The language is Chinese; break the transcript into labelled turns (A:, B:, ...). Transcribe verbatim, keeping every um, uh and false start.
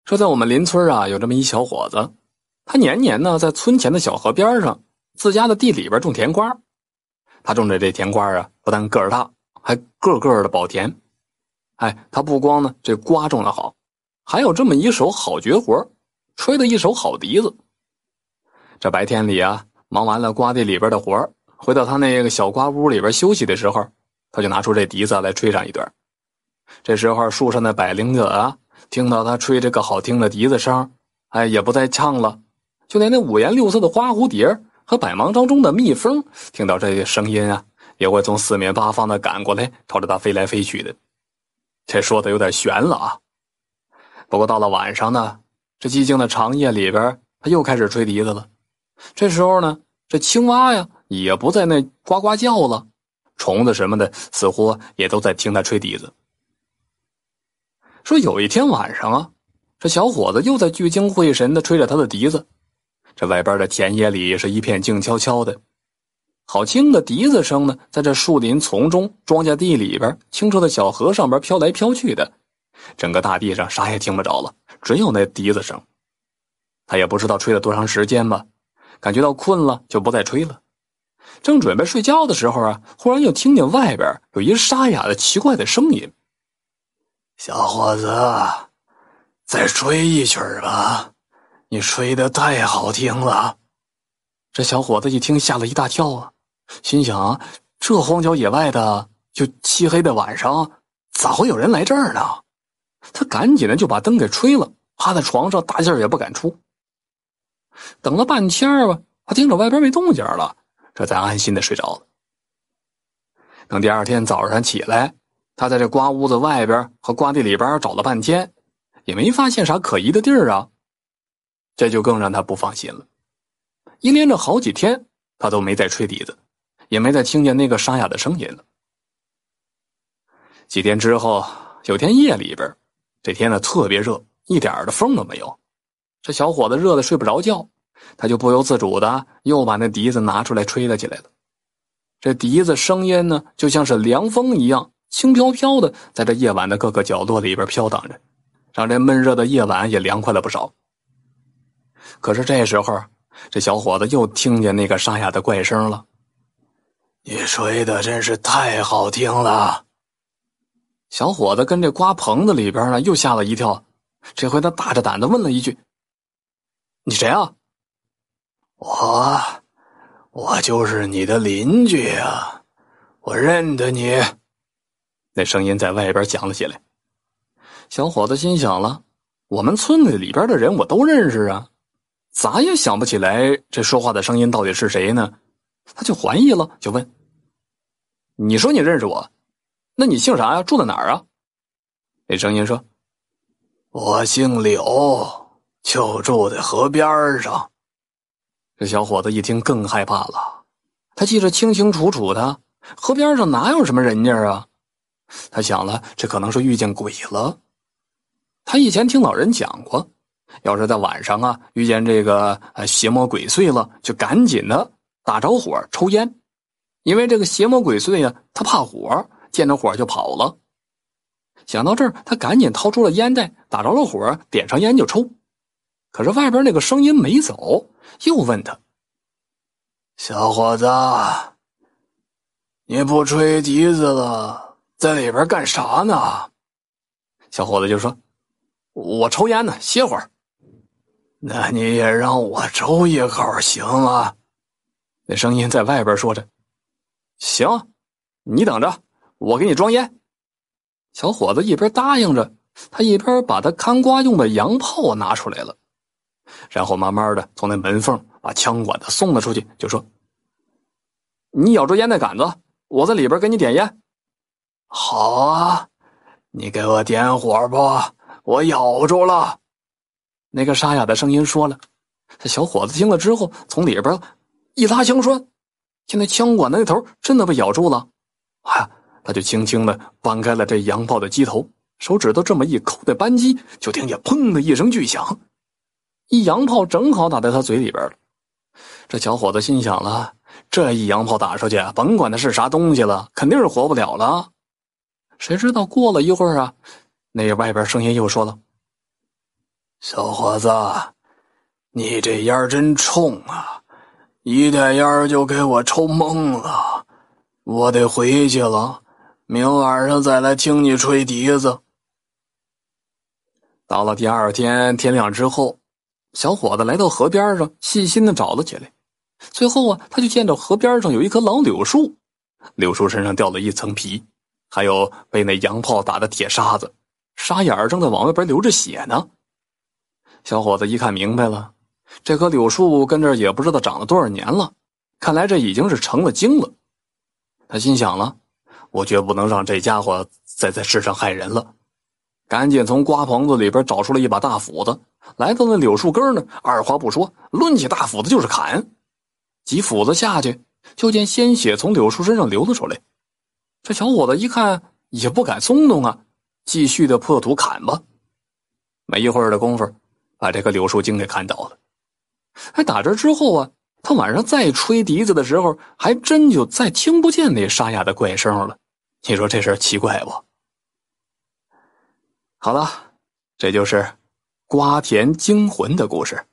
A: 说在我们邻村啊，有这么一小伙子，他年年呢在村前的小河边上，自家的地里边种甜瓜。他种的这甜瓜啊，不但个儿大，还个个的保甜。哎，他不光呢这瓜种得好，还有这么一手好绝活，吹的一手好笛子。这白天里啊，忙完了瓜地里边的活，回到他那个小瓜屋里边休息的时候，他就拿出这笛子来吹上一段。这时候树上的百灵者啊，听到他吹这个好听的笛子声，哎，也不再唱了。就连那五颜六色的花蝴蝶和百忙当中的蜜蜂，听到这声音啊，也会从四面八方的赶过来，朝着他飞来飞去的。这说的有点悬了啊。不过到了晚上呢，这寂静的长夜里边，他又开始吹笛子了。这时候呢，这青蛙呀也不在那呱呱叫了，虫子什么的似乎也都在听他吹笛子。说有一天晚上啊，这小伙子又在聚精会神地吹着他的笛子。这外边的田野里是一片静悄悄的，好听的笛子声呢，在这树林丛中、庄稼地里边、清澈的小河上边飘来飘去的，整个大地上啥也听不着了，只有那笛子声。他也不知道吹了多长时间吧，感觉到困了就不再吹了。正准备睡觉的时候啊，忽然又听见外边有一沙哑的奇怪的声音：“
B: 小伙子，再吹一曲吧，你吹得太好听了。”
A: 这小伙子一听吓了一大跳啊，心想啊，这荒郊野外的又漆黑的晚上，咋会有人来这儿呢？他赶紧的就把灯给吹了，趴在床上大劲儿也不敢出。等了半天吧，他听着外边没动静了，这才安心的睡着了。等第二天早上起来，他在这瓜屋子外边和瓜地里边找了半天，也没发现啥可疑的地儿啊，这就更让他不放心了。一连着好几天，他都没再吹笛子，也没再听见那个沙哑的声音了。几天之后，有天夜里边，这天呢特别热，一点的风都没有。这小伙子热得睡不着觉，他就不由自主的又把那笛子拿出来吹了起来了。这笛子声音呢，就像是凉风一样，轻飘飘的在这夜晚的各个角落里边飘荡着，让这闷热的夜晚也凉快了不少。可是这时候，这小伙子又听见那个沙哑的怪声了：“
B: 你吹的真是太好听了。”
A: 小伙子跟这瓜棚子里边呢又吓了一跳，这回他大着胆子问了一句：“你谁啊？”“
B: 我，我就是你的邻居啊，我认得你。”
A: 那声音在外边响了起来。小伙子心想了，我们村子里边的人我都认识啊，咋也想不起来这说话的声音到底是谁呢？他就怀疑了，就问：“你说你认识我，那你姓啥呀？住在哪儿啊？”那声音说：“
B: 我姓柳，就住在河边上。”
A: 这小伙子一听更害怕了，他记着清清楚楚的，河边上哪有什么人家啊？他想了，这可能是遇见鬼了。他以前听老人讲过，要是在晚上啊遇见这个呃邪魔鬼祟了，就赶紧的打着火抽烟，因为这个邪魔鬼祟啊，他怕火，见着火就跑了。想到这儿，他赶紧掏出了烟袋，打着了火，点上烟就抽。可是外边那个声音没走，又问他：“
B: 小伙子，你不吹笛子了，在里边干啥呢？”
A: 小伙子就说：“我抽烟呢，歇会儿。”“
B: 那你也让我抽一口行吗？”
A: 那声音在外边说着。“行，你等着，我给你装烟。”小伙子一边答应着，他一边把他看瓜用的洋炮拿出来了，然后慢慢的从那门缝把枪管子送了出去，就说：“你咬住烟袋杆子，我在里边给你点烟。”“
B: 好啊，你给我点火吧，我咬住了。”
A: 那个沙哑的声音说了。这小伙子听了之后，从里边一拉枪栓，现在枪管的那头真的被咬住了。啊，他就轻轻的搬开了这洋炮的机头，手指头这么一抠的扳机，就听见砰的一声巨响，一洋炮正好打在他嘴里边了。这小伙子心想了，这一洋炮打出去，甭管他是啥东西了，肯定是活不了了。谁知道过了一会儿啊，那外边声音又说了：“
B: 小伙子，你这烟真冲啊，一袋烟就给我抽懵了，我得回去了，明晚上再来听你吹笛子。
A: 到了第二天天亮之后，小伙子来到河边上，细心的找了起来。最后啊，他就见着河边上有一棵老柳树，柳树身上掉了一层皮，还有被那洋炮打的铁沙子，沙眼正在往外边流着血呢。小伙子一看明白了，这棵柳树跟这儿也不知道长了多少年了，看来这已经是成了精了。他心想了，我绝不能让这家伙再在世上害人了，赶紧从瓜棚子里边找出了一把大斧子，来到那柳树根呢，二话不说，抡起大斧子就是砍。几斧子下去，就见鲜血从柳树身上流了出来。这小伙子一看也不敢松动啊，继续的破土砍吧。没一会儿的功夫，把这个柳树精给砍倒了。还打这之后啊，他晚上再吹笛子的时候，还真就再听不见那沙哑的怪声了。你说这事儿奇怪不？好了，这就是瓜田惊魂的故事。